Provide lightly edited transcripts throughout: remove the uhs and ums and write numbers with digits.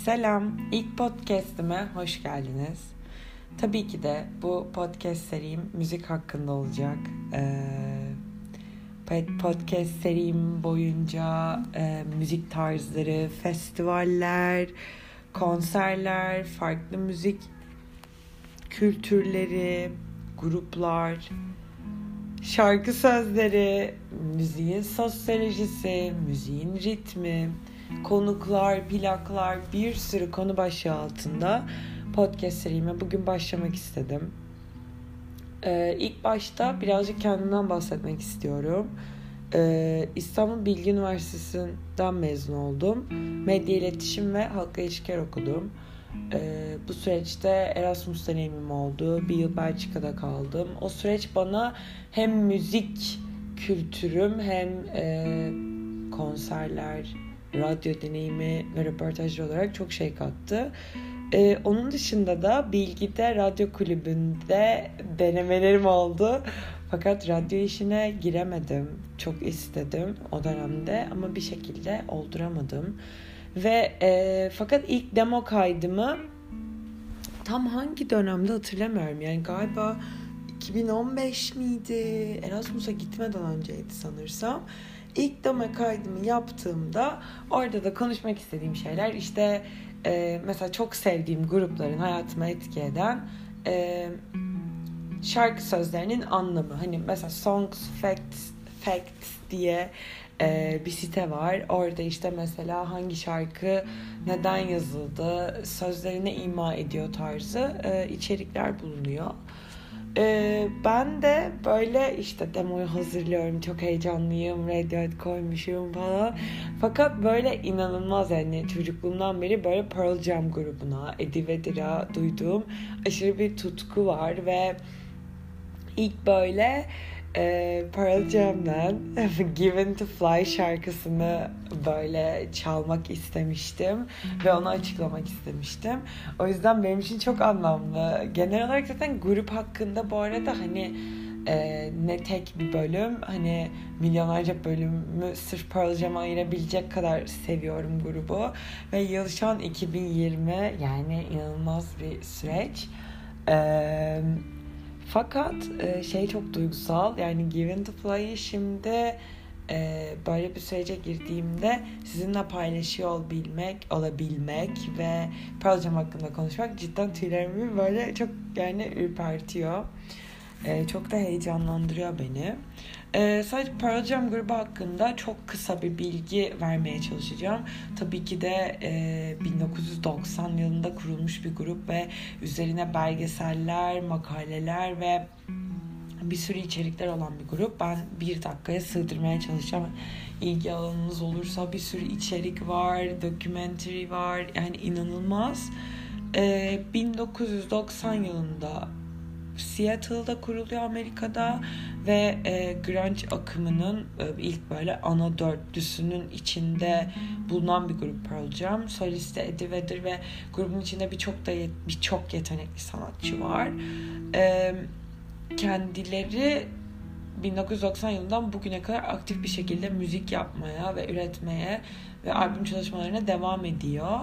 Selam, ilk podcast'ime hoş geldiniz. Tabii ki de bu podcast serim müzik hakkında olacak. Podcast serim boyunca müzik tarzları, festivaller, konserler, farklı müzik kültürleri, gruplar, şarkı sözleri, müziğin sosyolojisi, müziğin ritmi, konuklar, plaklar, bir sürü konu başlığı altında podcast serime bugün başlamak istedim. İlk başta birazcık kendimden bahsetmek istiyorum. İstanbul Bilgi Üniversitesi'nden mezun oldum. Medya İletişim ve Halkla İlişkiler okudum. Bu süreçte Erasmus deneyimim oldu. Bir yıl Belçika'da kaldım. O süreç bana hem müzik kültürüm hem konserler, radyo deneyimi ve röportajcı olarak çok şey kattı. Onun dışında da Bilgi'de radyo kulübünde denemelerim oldu. Fakat radyo işine giremedim. Çok istedim o dönemde ama bir şekilde olduramadım. Ve fakat ilk demo kaydımı tam hangi dönemde hatırlamıyorum. Yani galiba 2015 miydi? Erasmus'a gitmeden önceydi sanırsam. İlk demo kaydımı yaptığımda orada da konuşmak istediğim şeyler işte mesela çok sevdiğim grupların hayatıma etki eden şarkı sözlerinin anlamı. Hani mesela Songs Facts diye bir site var. Orada işte mesela hangi şarkı neden yazıldı, sözlerine ima ediyor tarzı içerikler bulunuyor. Ben de böyle işte demoyu hazırlıyorum, çok heyecanlıyım, Radiohead koymuşum falan. Fakat böyle inanılmaz, yani çocukluğumdan beri böyle Pearl Jam grubuna, Eddie Vedder'a duyduğum aşırı bir tutku var ve ilk böyle Pearl Jam'den Given to Fly şarkısını böyle çalmak istemiştim ve onu açıklamak istemiştim. O yüzden benim için çok anlamlı. Genel olarak zaten grup hakkında bu arada hani ne tek bir bölüm, hani milyonlarca bölümü sırf Pearl Jam'a ayırabilecek kadar seviyorum grubu. Ve yıl şu an 2020, yani inanılmaz bir süreç. Fakat şey çok duygusal, yani Given to Fly'ı şimdi böyle bir sürece girdiğimde sizinle paylaşıyor olabilmek ve Pearl Jam hakkında konuşmak cidden tüylerimi böyle çok yani ürpertiyor. Çok da heyecanlandırıyor beni. Sadece Pearl Jam grubu hakkında çok kısa bir bilgi vermeye çalışacağım. Tabii ki de 1990 yılında kurulmuş bir grup ve üzerine belgeseller, makaleler ve bir sürü içerikler olan bir grup. Ben bir dakikaya sığdırmaya çalışacağım. İlgi alanınız olursa bir sürü içerik var, documentary var. Yani inanılmaz. 1990 yılında Seattle'da kuruluyor, Amerika'da ve grunge akımının ilk böyle ana dörtlüsünün içinde bulunan bir grup Pearl Jam. Solisti Eddie Vedder ve grubun içinde birçok yetenekli sanatçı var. Kendileri 1990 yılından bugüne kadar aktif bir şekilde müzik yapmaya ve üretmeye ve albüm çalışmalarına devam ediyor.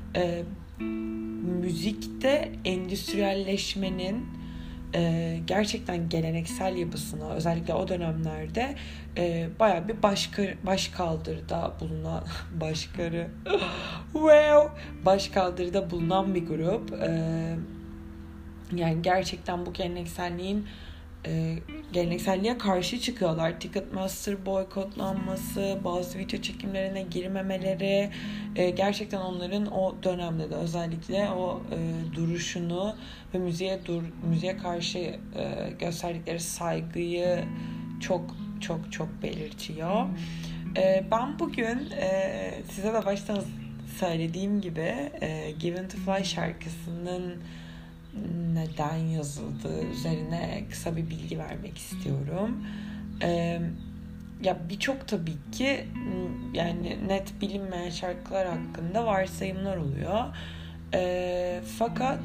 Müzikte endüstriyelleşmenin gerçekten geleneksel yapısına, özellikle o dönemlerde bayağı bir başkaldırıda bulunan başkaldırıda bulunan bir grup. Yani gerçekten bu gelenekselliğe karşı çıkıyorlar. Ticketmaster boykotlanması, bazı video çekimlerine girmemeleri, gerçekten onların o dönemde de özellikle o duruşunu ve müziğe karşı gösterdikleri saygıyı çok çok çok belirtiyor. Ben bugün size de baştan söylediğim gibi Given to Fly şarkısının neden yazıldığı üzerine kısa bir bilgi vermek istiyorum. Ya birçok tabii ki yani net bilinmeyen şarkılar hakkında varsayımlar oluyor. Fakat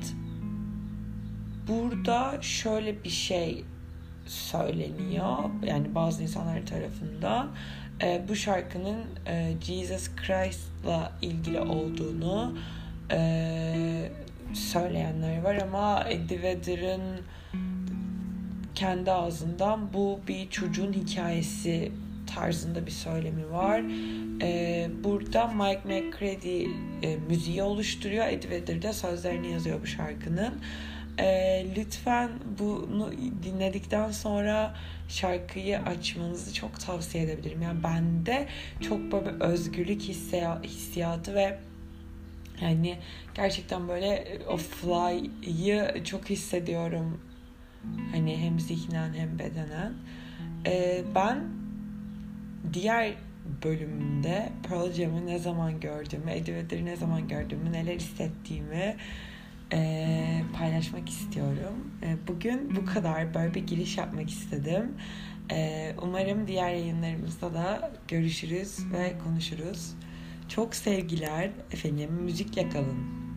burada şöyle bir şey söyleniyor, yani bazı insanlar tarafından bu şarkının Jesus Christ'la ilgili olduğunu söyleyenler var ama Eddie Vedder'ın kendi ağzından bu bir çocuğun hikayesi tarzında bir söylemi var. Burada Mike McCready müziği oluşturuyor. Eddie Vedder de sözlerini yazıyor bu şarkının. Lütfen bunu dinledikten sonra şarkıyı açmanızı çok tavsiye edebilirim. Yani bende çok böyle özgürlük hissiyatı ve yani gerçekten böyle o fly'ı çok hissediyorum. Hani hem zihnen hem bedenen. Ben diğer bölümünde Pearl Jam'ı ne zaman gördüğümü, Eddie Vedder'ı ne zaman gördüğümü, neler hissettiğimi paylaşmak istiyorum. Bugün bu kadar, böyle bir giriş yapmak istedim. Umarım diğer yayınlarımızda da görüşürüz ve konuşuruz. Çok sevgiler efendim, müzikle kalın.